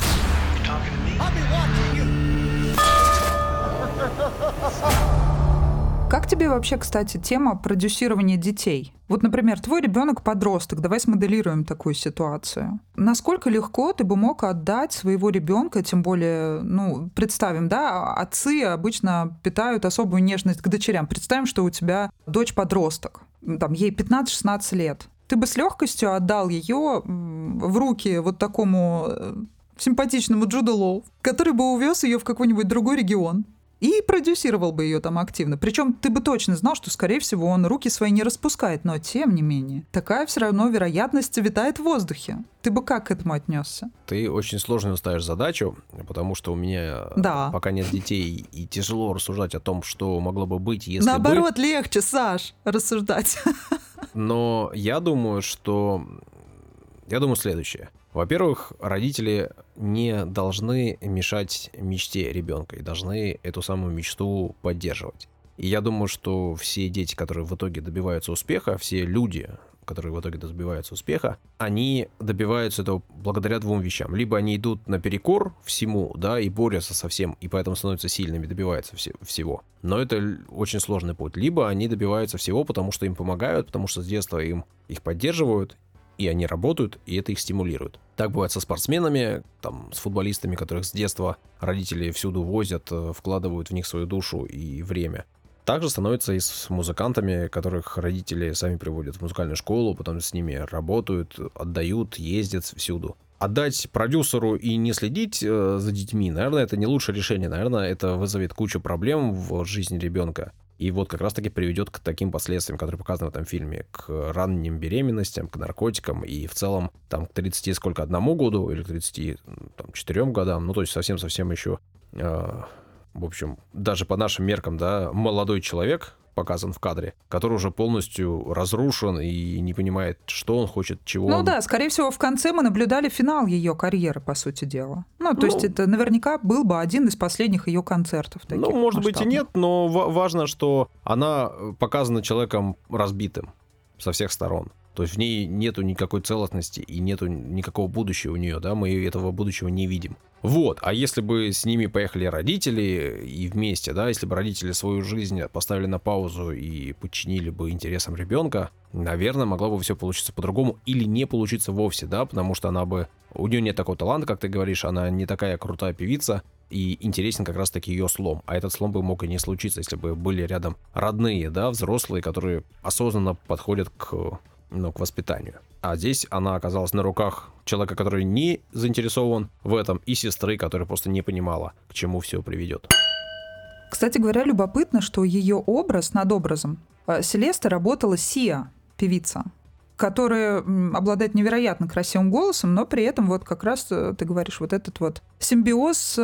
Как тебе вообще, кстати, тема продюсирования детей? Вот, например, твой ребенок подросток, давай смоделируем такую ситуацию. Насколько легко ты бы мог отдать своего ребенка, тем более, ну, представим, да, отцы обычно питают особую нежность к дочерям. Представим, что у тебя дочь подросток, там, ей пятнадцать-шестнадцать лет. Ты бы с легкостью отдал ее в руки вот такому симпатичному Джуду Лоу, который бы увез ее в какой-нибудь другой регион и продюсировал бы ее там активно. Причем ты бы точно знал, что, скорее всего, он руки свои не распускает, но тем не менее, такая все равно вероятность витает в воздухе. Ты бы как к этому отнесся? Ты очень сложную ставишь задачу, потому что у меня да. пока нет детей, и тяжело рассуждать о том, что могло бы быть, если Наоборот, бы... легче, Саш, рассуждать. Но я думаю, что... Я думаю следующее. Во-первых, родители не должны мешать мечте ребенка и должны эту самую мечту поддерживать. И я думаю, что все дети, которые в итоге добиваются успеха, все люди, которые в итоге добиваются успеха, они добиваются этого благодаря двум вещам. Либо они идут наперекор всему, да, и борются со всем, и поэтому становятся сильными, добиваются все, всего. Но это очень сложный путь. Либо они добиваются всего, потому что им помогают, потому что с детства им их поддерживают, и они работают, и это их стимулирует. Так бывает со спортсменами, там, с футболистами, которых с детства родители всюду возят, вкладывают в них свою душу и время. Также становится и с музыкантами, которых родители сами приводят в музыкальную школу, потом с ними работают, отдают, ездят всюду. Отдать продюсеру и не следить э, за детьми, наверное, это не лучшее решение. Наверное, это вызовет кучу проблем в жизни ребенка. И вот как раз-таки приведет к таким последствиям, которые показаны в этом фильме, к ранним беременностям, к наркотикам и в целом там к тридцати сколько, одному году или к тридцати четырем годам, ну то есть совсем-совсем еще, э, в общем, даже по нашим меркам, да, молодой человек показан в кадре, который уже полностью разрушен и не понимает, что он хочет, чего ну он... Ну да, скорее всего, в конце мы наблюдали финал ее карьеры, по сути дела. Ну, то ну, есть это наверняка был бы один из последних ее концертов. Таких ну, может масштабных. быть и нет, но в- важно, что она показана человеком разбитым со всех сторон. То есть в ней нету никакой целостности и нету никакого будущего у нее, да, мы этого будущего не видим. Вот, а если бы с ними поехали родители и вместе, да, если бы родители свою жизнь поставили на паузу и подчинили бы интересам ребенка, наверное, могло бы все получиться по-другому или не получиться вовсе, да, потому что она бы, у нее нет такого таланта, как ты говоришь, она не такая крутая певица, и интересен как раз-таки ее слом. А этот слом бы мог и не случиться, если бы были рядом родные, да, взрослые, которые осознанно подходят к, ну, к воспитанию. А здесь она оказалась на руках человека, который не заинтересован в этом, и сестры, которая просто не понимала, к чему все приведет. Кстати говоря, любопытно, что ее образ над образом Селесты работала Сиа, певица, которая обладает невероятно красивым голосом, но при этом вот как раз, ты говоришь, вот этот вот симбиоз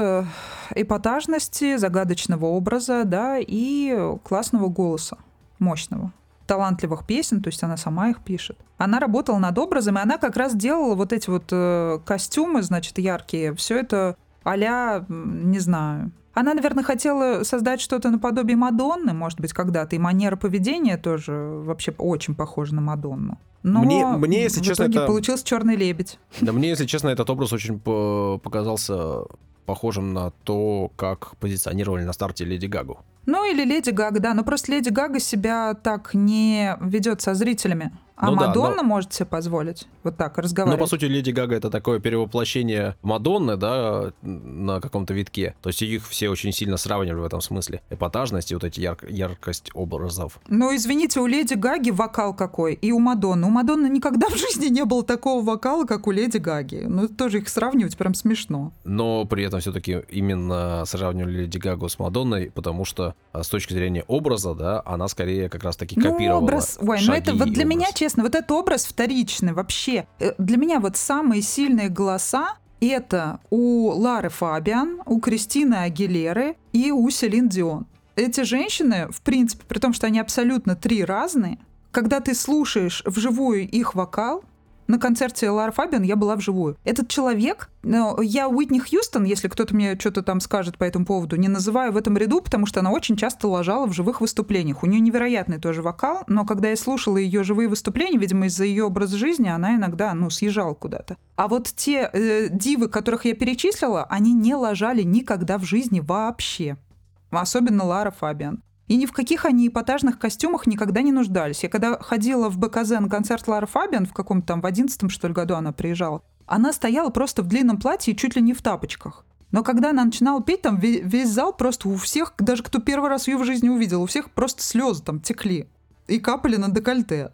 эпатажности, загадочного образа, да, и классного голоса, мощного, талантливых песен, то есть она сама их пишет. Она работала над образом, и она как раз делала вот эти вот костюмы, значит, яркие, все это а-ля, не знаю... Она, наверное, хотела создать что-то наподобие Мадонны, может быть, когда-то, и манера поведения тоже вообще очень похожа на Мадонну. Но мне, мне, если в честно, итоге это... получился «Черный лебедь». Да мне, если честно, этот образ очень показался похожим на то, как позиционировали на старте Леди Гагу. Ну или Леди Гага, да, но просто Леди Гага себя так не ведет со зрителями. А ну Мадонна да, но... может себе позволить вот так разговаривать. Ну, по сути, Леди Гага — это такое перевоплощение Мадонны, да, на каком-то витке. То есть их все очень сильно сравнивали в этом смысле. Эпатажность и вот эти ярк... яркость образов. Ну, извините, у Леди Гаги вокал какой, и у Мадонны. У Мадонны никогда в жизни не было такого вокала, как у Леди Гаги. Ну, тоже их сравнивать прям смешно. Но при этом все-таки именно сравнивали Леди Гагу с Мадонной, потому что с точки зрения образа, да, она скорее как раз-таки копировала. Ну, образ... Ой, ну это вот для образ. меня, честно, вот этот образ вторичный вообще. Для меня вот самые сильные голоса это у Лары Фабиан, у Кристины Агилеры и у Селин Дион. Эти женщины, в принципе, при том, что они абсолютно три разные, когда ты слушаешь вживую их вокал, на концерте Лары Фабиан я была вживую. Этот человек, ну, я Уитни Хьюстон, если кто-то мне что-то там скажет по этому поводу, не называю в этом ряду, потому что она очень часто лажала в живых выступлениях. У нее невероятный тоже вокал, но когда я слушала ее живые выступления, видимо, из-за ее образа жизни, она иногда, ну, съезжала куда-то. А вот те э, дивы, которых я перечислила, они не лажали никогда в жизни вообще. Особенно Лара Фабиан. И ни в каких они эпатажных костюмах никогда не нуждались. Я когда ходила в БКЗ на концерт Лары Фабиан, в каком-то там, в одиннадцатом, что ли, году она приезжала, она стояла просто в длинном платье и чуть ли не в тапочках. Но когда она начинала петь, там весь зал просто у всех, даже кто первый раз ее в жизни увидел, у всех просто слезы там текли и капали на декольте.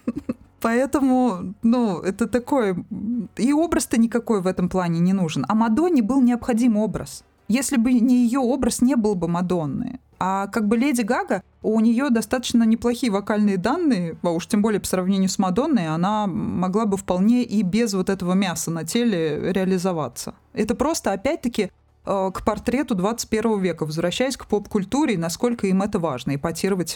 Поэтому, ну, это такой... И образ-то никакой в этом плане не нужен. А Мадонне был необходим образ. Если бы не ее образ, не был бы Мадонны. А как бы Леди Гага, у нее достаточно неплохие вокальные данные, а уж тем более по сравнению с Мадонной, она могла бы вполне и без вот этого мяса на теле реализоваться. Это просто, опять-таки, к портрету двадцать первого века, возвращаясь к поп-культуре, насколько им это важно, эпатировать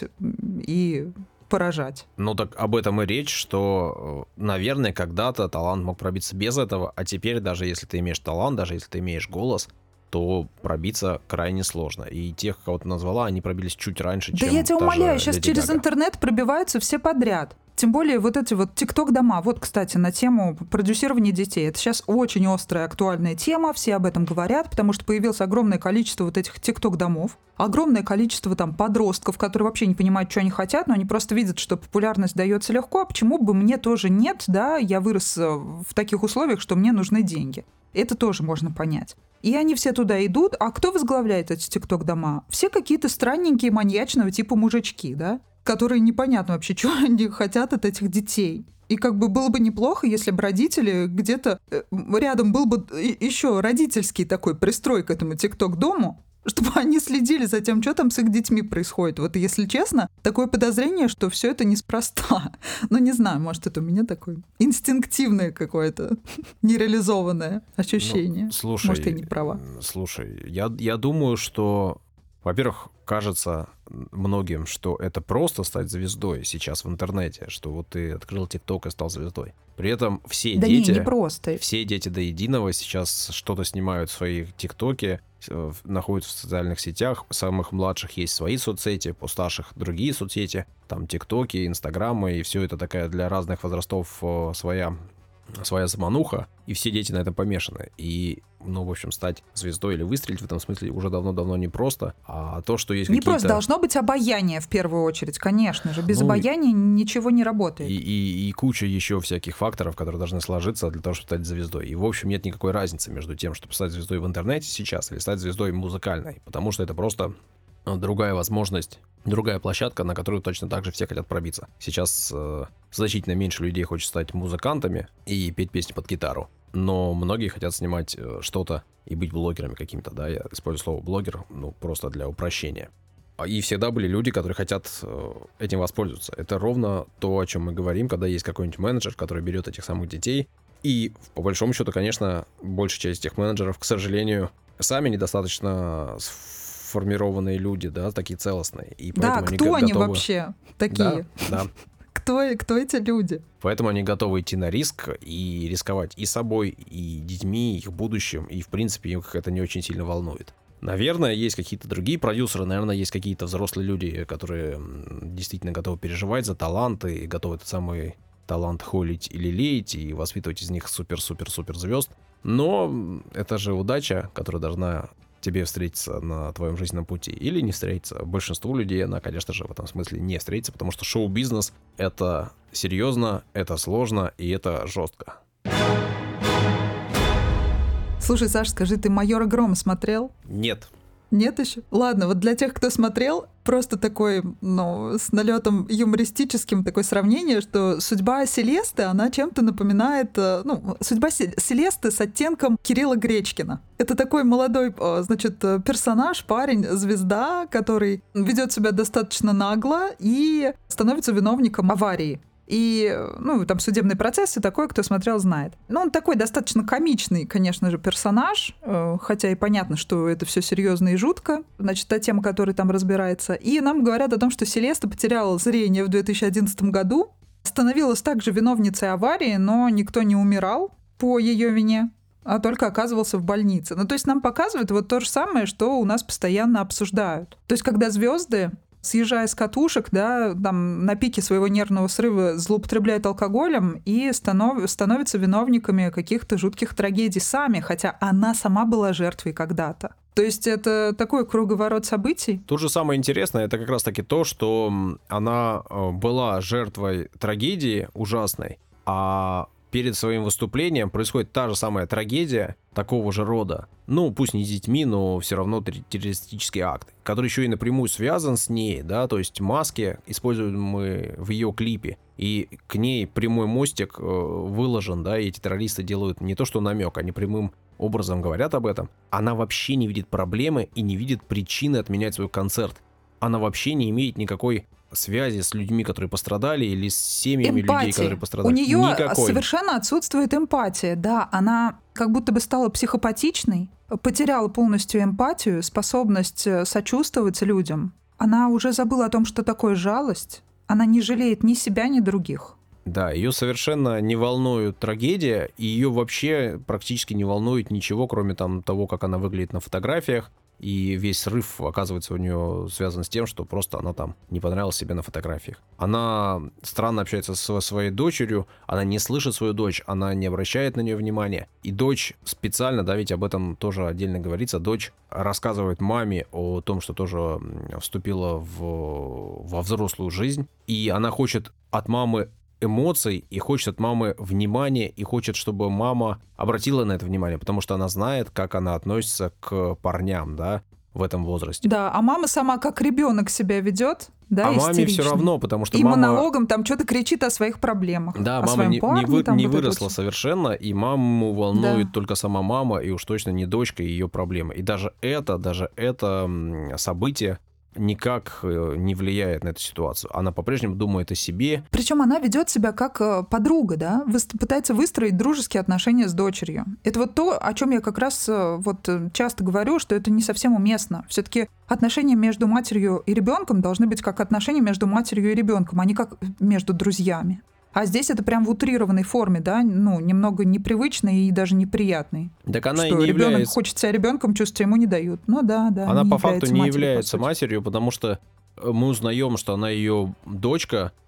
и поражать. Ну так об этом и речь, что, наверное, когда-то талант мог пробиться без этого, а теперь даже если ты имеешь талант, даже если ты имеешь голос, то пробиться крайне сложно. И тех, кого ты назвала, они пробились чуть раньше, да чем я тебя умоляю, сейчас Леди через Гага. интернет пробиваются все подряд. Тем более вот эти вот тикток-дома. Вот, кстати, на тему продюсирования детей. Это сейчас очень острая, актуальная тема, все об этом говорят, потому что появилось огромное количество вот этих тикток-домов, огромное количество там подростков, которые вообще не понимают, что они хотят, но они просто видят, что популярность дается легко, а почему бы мне тоже нет, да, я вырос в таких условиях, что мне нужны деньги. Это тоже можно понять. И они все туда идут. А кто возглавляет эти тикток-дома? Все какие-то странненькие, маньячного типа мужички, да? Которые непонятно вообще, что они хотят от этих детей. И как бы было бы неплохо, если бы родители где-то... Рядом был бы еще родительский такой пристрой к этому тикток-дому, чтобы они следили за тем, что там с их детьми происходит. Вот если честно, такое подозрение, что все это неспроста. Ну, не знаю, может, это у меня такое инстинктивное какое-то нереализованное ощущение. Ну, слушай, может, я не права. Слушай, я, я думаю, что, во-первых, кажется многим, что это просто стать звездой сейчас в интернете, что вот ты открыл ТикТок и стал звездой. При этом все да дети... Не, не просто. Все дети до единого сейчас что-то снимают в своих ТикТоке, находятся в социальных сетях. У самых младших есть свои соцсети, у старших другие соцсети. Там ТикТоки, Инстаграмы, и все это такая для разных возрастов своя, своя замануха. и все дети на этом помешаны. И, ну, в общем, стать звездой или выстрелить в этом смысле уже давно-давно не просто, а то, что есть не какие-то... Не просто, должно быть обаяние в первую очередь, конечно же. Без ну, обаяния ничего не работает. И, и, и куча еще всяких факторов, которые должны сложиться для того, чтобы стать звездой. И, в общем, нет никакой разницы между тем, чтобы стать звездой в интернете сейчас или стать звездой музыкальной, потому что это просто другая возможность, другая площадка, на которую точно так же все хотят пробиться. Сейчас э, значительно меньше людей хочет стать музыкантами и петь песни под гитару. Но многие хотят снимать э, что-то и быть блогерами каким-то, да, я использую слово блогер, ну, просто для упрощения. И всегда были люди, которые хотят э, этим воспользоваться. Это ровно то, о чем мы говорим, когда есть какой-нибудь менеджер, который берет этих самых детей. И, по большому счету, конечно, большая часть этих менеджеров, к сожалению, сами недостаточно сформированные люди, да, такие целостные. И да, они кто они готовы... вообще такие? Да, да. Кто, кто эти люди? Поэтому они готовы идти на риск и рисковать и собой, и детьми, и их будущим, и, в принципе, их это не очень сильно волнует. Наверное, есть какие-то другие продюсеры, наверное, есть какие-то взрослые люди, которые действительно готовы переживать за таланты, и готовы этот самый талант холить или леять, и воспитывать из них супер-супер-супер звезд. Но это же удача, которая должна тебе встретиться на твоем жизненном пути или не встретиться. Большинству людей она, конечно же, в этом смысле не встретится, потому что шоу-бизнес — это серьезно, это сложно и это жестко. Слушай, Саш, скажи, ты «Майора Грома» смотрел? Нет. Нет еще? Ладно, вот для тех, кто смотрел, просто такой, ну, с налетом юмористическим такое сравнение, что судьба Селесты, она чем-то напоминает, ну, судьба Селесты с оттенком Кирилла Гречкина. Это такой молодой, значит, персонаж, парень, звезда, который ведет себя достаточно нагло и становится виновником аварии. И, ну, там судебный процесс и такой, кто смотрел, знает. Ну, он такой достаточно комичный, конечно же, персонаж, хотя и понятно, что это все серьезно и жутко, значит, та тема, которая там разбирается. И нам говорят о том, что Селеста потеряла зрение в две тысячи одиннадцатом году, становилась также виновницей аварии, но никто не умирал по ее вине, а только оказывался в больнице. Ну, то есть нам показывают вот то же самое, что у нас постоянно обсуждают. То есть когда звезды, съезжая с катушек, да, там на пике своего нервного срыва злоупотребляют алкоголем и станов... становятся виновниками каких-то жутких трагедий сами, хотя она сама была жертвой когда-то. То есть это такой круговорот событий. Тут же самое интересное, это как раз-таки то, что она была жертвой трагедии ужасной, а перед своим выступлением происходит та же самая трагедия такого же рода. Ну, пусть не с детьми, но все равно террористический акт, который еще и напрямую связан с ней, да, то есть маски, используемые в ее клипе, и к ней прямой мостик э, выложен, да, и эти террористы делают не то что намек, они прямым образом говорят об этом. Она вообще не видит проблемы и не видит причины отменять свой концерт. Она вообще не имеет никакой связи с людьми, которые пострадали, или с семьями эмпатии. людей, которые пострадали. У нее Никакой. Совершенно отсутствует эмпатия. Да, она как будто бы стала психопатичной, потеряла полностью эмпатию, способность сочувствовать людям. Она уже забыла о том, что такое жалость. Она не жалеет ни себя, ни других. Да, ее совершенно не волнует трагедия, и ее вообще практически не волнует ничего, кроме там того, как она выглядит на фотографиях. И весь срыв, оказывается, у нее связан с тем, что просто она там не понравилась себе на фотографиях. Она странно общается со своей дочерью, она не слышит свою дочь, она не обращает на нее внимания. И дочь специально, да, ведь об этом тоже отдельно говорится, дочь рассказывает маме о том, что тоже вступила в, во взрослую жизнь. И она хочет от мамы эмоций, и хочет от мамы внимания, и хочет, чтобы мама обратила на это внимание, потому что она знает, как она относится к парням, да, в этом возрасте. Да, а мама сама как ребенок себя ведет, да, а маме все равно, потому что и мама... монологом там что-то кричит о своих проблемах. Да, о мама не, парне, не, вы, там, не вот выросла вот. совершенно, и маму волнует Да. только сама мама, и уж точно не дочка и ее проблемы. И даже это, даже это событие никак не влияет на эту ситуацию. Она по-прежнему думает о себе. Причем она ведет себя как подруга, да, пытается выстроить дружеские отношения с дочерью. Это вот то, о чем я как раз вот часто говорю, что это не совсем уместно. Все-таки отношения между матерью и ребенком должны быть как отношения между матерью и ребенком, а не как между друзьями. А здесь это прям в утрированной форме, да, ну, немного непривычной и даже неприятной. Так она что и не ребенок является... хочет себя ребенком, чувствовать ему не дают. Ну да, да. Она не по факту не матерью, является по сути. матерью, потому что мы узнаем, что она ее дочка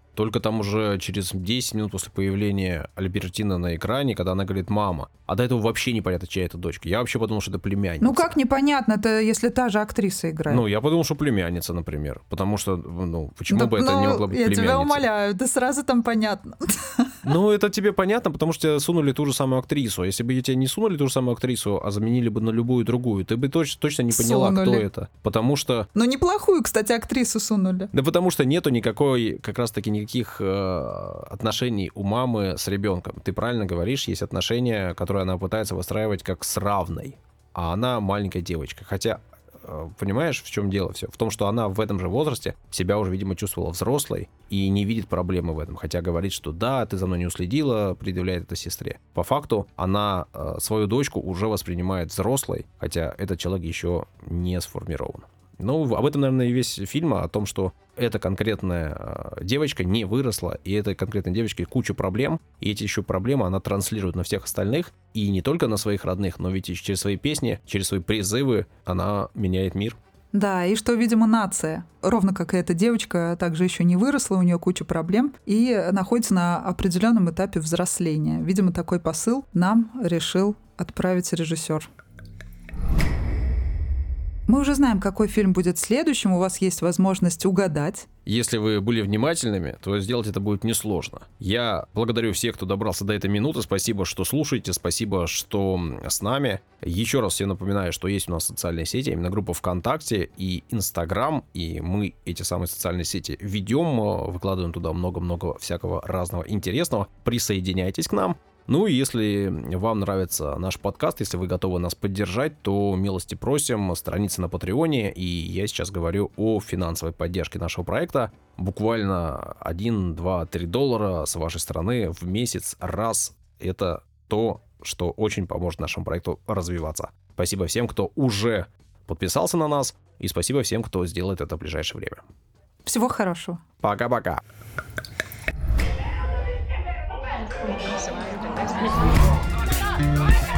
Только там уже через десять минут после появления Альбертина на экране, когда она говорит «мама». А до этого вообще непонятно, чья это дочка. Я вообще подумал, что это племянница. Ну как непонятно-то, если та же актриса играет? Ну, я подумал, что племянница, например. Потому что, ну, почему да, бы это ну, не могла быть я племянница? Я тебя умоляю, да сразу там понятно. Ну, это тебе понятно, потому что тебе сунули ту же самую актрису. Если бы тебе не сунули ту же самую актрису, а заменили бы на любую другую, ты бы точ- точно не поняла, сунули. Кто это. Потому что... Ну, неплохую, кстати, актрису сунули. Да потому что нету никакой, как раз-таки никаких э, отношений у мамы с ребенком. Ты правильно говоришь, есть отношения, которые она пытается выстраивать как с равной. А она маленькая девочка. Хотя... Понимаешь, в чем дело все? В том, что она в этом же возрасте себя уже, видимо, чувствовала взрослой и не видит проблемы в этом. Хотя говорит, что да, ты за мной не уследила, предъявляет это сестре. По факту она э, свою дочку уже воспринимает взрослой, хотя этот человек еще не сформирован. Ну, об этом, наверное, и весь фильм, о том, что эта конкретная э, девочка не выросла, и этой конкретной девочке куча проблем, и эти еще проблемы она транслирует на всех остальных, и не только на своих родных, но ведь и через свои песни, через свои призывы она меняет мир. Да, и что, видимо, нация, ровно как и эта девочка, также еще не выросла, у нее куча проблем, и находится на определенном этапе взросления. Видимо, такой посыл нам решил отправить режиссер. Мы уже знаем, какой фильм будет следующим, у вас есть возможность угадать. Если вы были внимательными, то сделать это будет несложно. Я благодарю всех, кто добрался до этой минуты. Спасибо, что слушаете, спасибо, что с нами. Еще раз всем напоминаю, что есть у нас социальные сети, именно группа ВКонтакте и Инстаграм, и мы эти самые социальные сети ведем, выкладываем туда много-много всякого разного интересного. Присоединяйтесь к нам. Ну и если вам нравится наш подкаст, если вы готовы нас поддержать, то милости просим, страница на Патреоне, и я сейчас говорю о финансовой поддержке нашего проекта. Буквально один, два, три доллара с вашей стороны в месяц раз. Это то, что очень поможет нашему проекту развиваться. Спасибо всем, кто уже подписался на нас, и спасибо всем, кто сделает это в ближайшее время. Всего хорошего. Пока-пока. Thank you.